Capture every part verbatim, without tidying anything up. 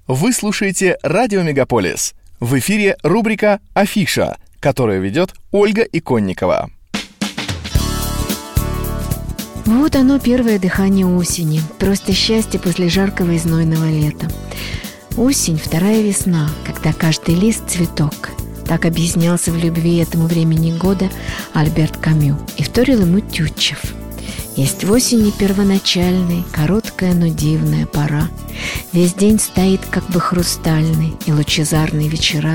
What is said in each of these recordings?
Вы слушаете «Радио Мегаполис». В эфире рубрика «Афиша», которую ведет Ольга Иконникова. Вот оно, первое дыхание осени. Просто счастье после жаркого и знойного лета. Осень – вторая весна, когда каждый лист – цветок. Так объяснялся в любви этому времени года Альберт Камю, и вторил ему Тютчев. Есть в осени первоначальной, короткая, но дивная пора. Весь день стоит как бы хрустальный, и лучезарные вечера.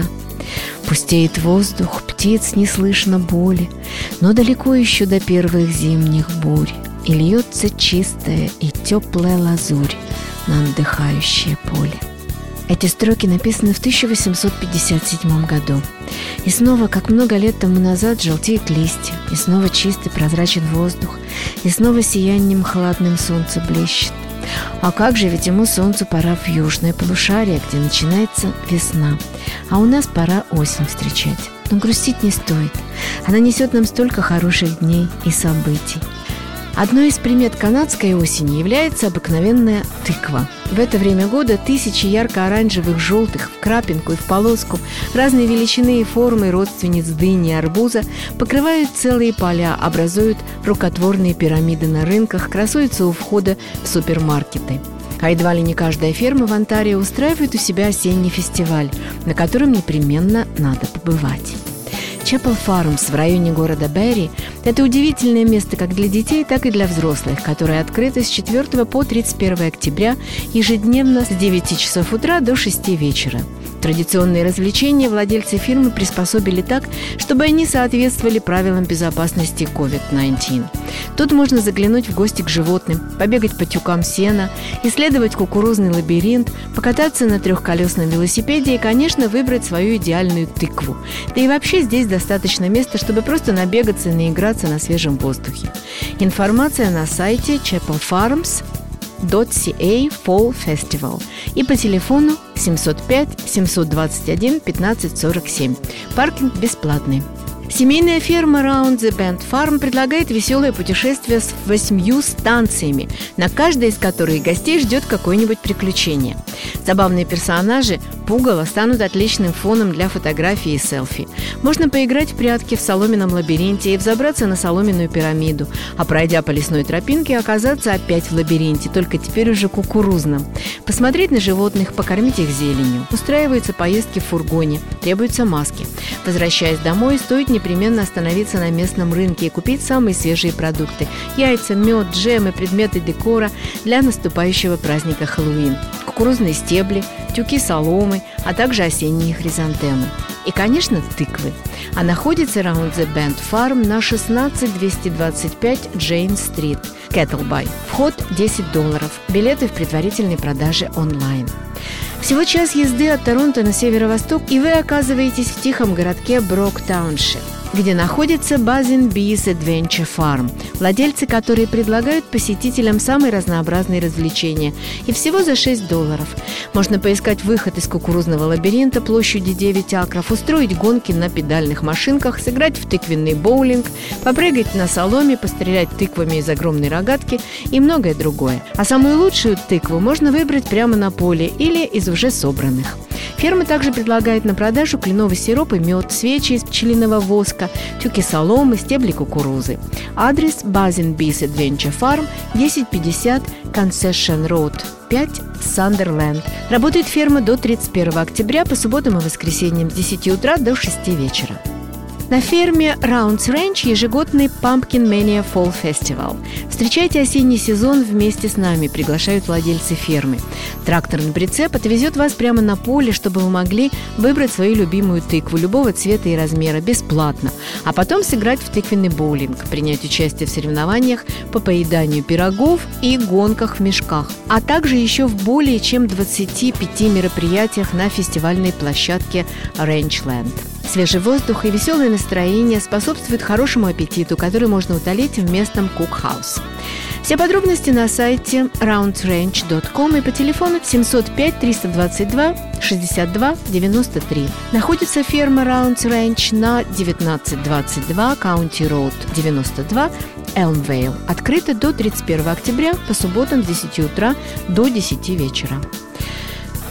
Пустеет воздух, птиц не слышно боли, но далеко еще до первых зимних бурь, и льется чистая и теплая лазурь на отдыхающее поле. Эти строки написаны в тысяча восемьсот пятьдесят седьмом году. И снова, как много лет тому назад, желтеют листья, и снова чистый прозрачен воздух, и снова сиянием холодным солнце блещет. А как же, ведь ему солнцу пора в южное полушарие, где начинается весна, а у нас пора осень встречать. Но грустить не стоит. Она несет нам столько хороших дней и событий. Одной из примет канадской осени является обыкновенная тыква. В это время года тысячи ярко-оранжевых, желтых, в крапинку и в полоску, разной величины и формы родственниц дыни и арбуза покрывают целые поля, образуют рукотворные пирамиды на рынках, красуются у входа в супермаркеты. А едва ли не каждая ферма в Онтарио устраивает у себя осенний фестиваль, на котором непременно надо побывать. Чапел Фармс в районе города Берри – это удивительное место как для детей, так и для взрослых, которое открыто с четвёртого по тридцать первое октября ежедневно с девяти часов утра до шести вечера. Традиционные развлечения владельцы фирмы приспособили так, чтобы они соответствовали правилам безопасности ковид девятнадцать. Тут можно заглянуть в гости к животным, побегать по тюкам сена, исследовать кукурузный лабиринт, покататься на трехколесном велосипеде и, конечно, выбрать свою идеальную тыкву. Да и вообще здесь достаточно места, чтобы просто набегаться и наиграться на свежем воздухе. Информация на сайте чапел фармс точка си эй Fall Festival и по телефону семьсот пять семьсот двадцать один пятнадцать сорок семь. Паркинг бесплатный. Семейная ферма Round the Bend Farm предлагает веселое путешествие с восьмью станциями, на каждой из которых гостей ждет какое-нибудь приключение. Забавные персонажи пугало станут отличным фоном для фотографий и селфи. Можно поиграть в прятки в соломенном лабиринте и взобраться на соломенную пирамиду, а пройдя по лесной тропинке, оказаться опять в лабиринте, только теперь уже кукурузном. Посмотреть на животных, покормить их зеленью. Устраиваются поездки в фургоне, требуются маски. Возвращаясь домой, стоит непременно остановиться на местном рынке и купить самые свежие продукты – яйца, мед, джемы, предметы декора для наступающего праздника Хэллоуин, кукурузные стебли, тюки соломы, а также осенние хризантемы. И, конечно, тыквы. А находится Round the Bend Farm на шестнадцать двести двадцать пять Джейн-стрит, Кеттлбай. Вход десять долларов. Билеты в предварительной продаже онлайн. Всего час езды от Торонто на северо-восток, и вы оказываетесь в тихом городке Брок-тауншип, где находится Buzzin' Bees Adventure Farm, владельцы которые предлагают посетителям самые разнообразные развлечения, и всего за шесть долларов. Можно поискать выход из кукурузного лабиринта площадью девять акров, устроить гонки на педальных машинках, сыграть в тыквенный боулинг, попрыгать на соломе, пострелять тыквами из огромной рогатки и многое другое. А самую лучшую тыкву можно выбрать прямо на поле или из уже собранных. Ферма также предлагает на продажу кленовый сироп и мед, свечи из пчелиного воска, тюки соломы, стебли кукурузы. Адрес Buzzin' Bees Adventure Farm, десять пятьдесят Concession Road пять, Сандерленд. Работает ферма до тридцать первого октября по субботам и воскресеньям с десяти утра до шести вечера. На ферме Rounds Ranch ежегодный Pumpkin Mania Fall Festival. Встречайте осенний сезон вместе с нами, приглашают владельцы фермы. Тракторный прицеп отвезет вас прямо на поле, чтобы вы могли выбрать свою любимую тыкву любого цвета и размера бесплатно, а потом сыграть в тыквенный боулинг, принять участие в соревнованиях по поеданию пирогов и гонках в мешках, а также еще в более чем двадцати пяти мероприятиях на фестивальной площадке Ranchland. Свежий воздух и веселое настроение способствуют хорошему аппетиту, который можно утолить в местном кукхаус. Все подробности на сайте раундс рэнч точка ком и по телефону семьсот пять триста двадцать два шестьдесят два девяносто три. Находится ферма Rounds Ranch на девятнадцать двадцать два County Road девяносто два, Элмвейл. Открыто до тридцать первого октября по субботам с десяти утра до десяти вечера.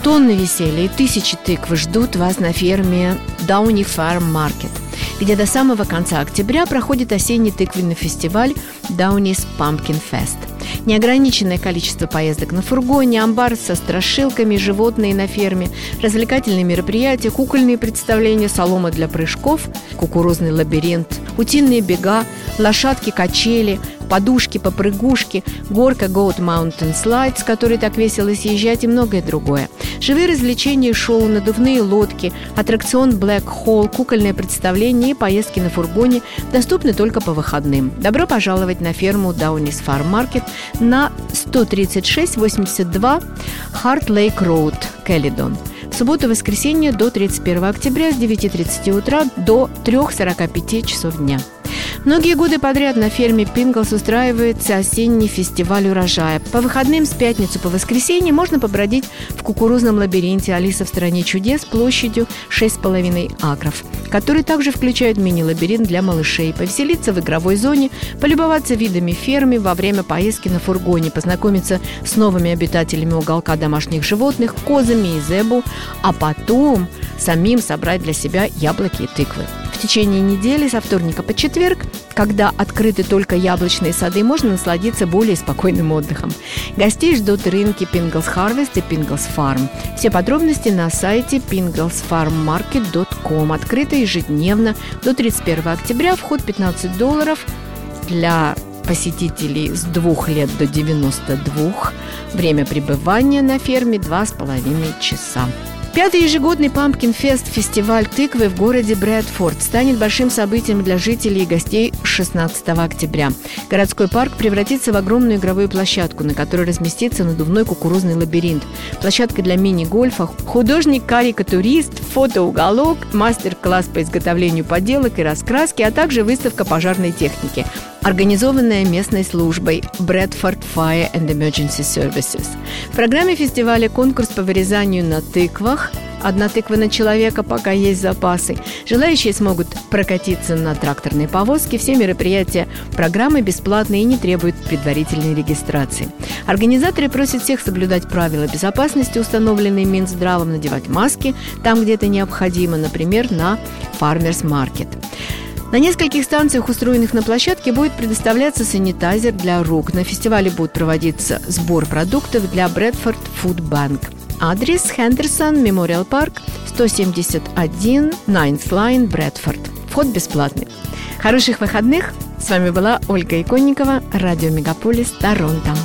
Тонны веселья и тысячи тыкв ждут вас на ферме Downy Farm Market, где до самого конца октября проходит осенний тыквенный фестиваль Downy's Pumpkin Fest. Неограниченное количество поездок на фургоне, амбар со страшилками, животные на ферме, развлекательные мероприятия, кукольные представления, солома для прыжков, кукурузный лабиринт, утиные бега, лошадки-качели, подушки-попрыгушки, горка Goat Mountain Slide, с которой так весело съезжать, и многое другое. Живые развлечения, шоу, надувные лодки, аттракцион Black Hole, кукольное представление и поездки на фургоне доступны только по выходным. Добро пожаловать на ферму Downy's Farm Market на сто тридцать шесть восемьдесят два Heart Lake Road, Келлидон. В субботу и воскресенье до тридцать первого октября с девяти тридцати утра до трёх сорока пяти часов дня. Многие годы подряд на ферме Пинглс устраивается осенний фестиваль урожая. По выходным с пятницы по воскресенье можно побродить в кукурузном лабиринте «Алиса в стране чудес» площадью шесть с половиной акров, который также включает мини-лабиринт для малышей, повеселиться в игровой зоне, полюбоваться видами фермы во время поездки на фургоне, познакомиться с новыми обитателями уголка домашних животных, козами и зебу, а потом самим собрать для себя яблоки и тыквы. В течение недели со вторника по четверг, когда открыты только яблочные сады, можно насладиться более спокойным отдыхом. Гостей ждут рынки Pingles Harvest и Pingles Farm. Все подробности на сайте пинглс фарм маркет точка ком. Открыто ежедневно до тридцать первого октября. Вход пятнадцать долларов для посетителей с двух лет до девяноста двух. Время пребывания на ферме два с половиной часа. Пятый ежегодный Pumpkin Fest, фестиваль тыквы в городе Брэдфорд, станет большим событием для жителей и гостей шестнадцатого октября. Городской парк превратится в огромную игровую площадку, на которой разместится надувной кукурузный лабиринт, площадка для мини-гольфа, художник-карикатурист, фотоуголок, мастер-класс по изготовлению поделок и раскраски, а также выставка пожарной техники, организованная местной службой Bradford Fire and Emergency Services. В программе фестиваля конкурс по вырезанию на тыквах. Одна тыква на человека, пока есть запасы. Желающие смогут прокатиться на тракторной повозке. Все мероприятия программы бесплатные и не требуют предварительной регистрации. Организаторы просят всех соблюдать правила безопасности, установленные Минздравом, надевать маски там, где это необходимо, например, на Farmers Market. На нескольких станциях, устроенных на площадке, будет предоставляться санитайзер для рук. На фестивале будет проводиться сбор продуктов для Bradford Food Bank. Адрес: Хендерсон Мемориал Парк, сто семьдесят один Ninth Line, Брэдфорд. Вход бесплатный. Хороших выходных! С вами была Ольга Иконникова, радио Мегаполис, Торонто.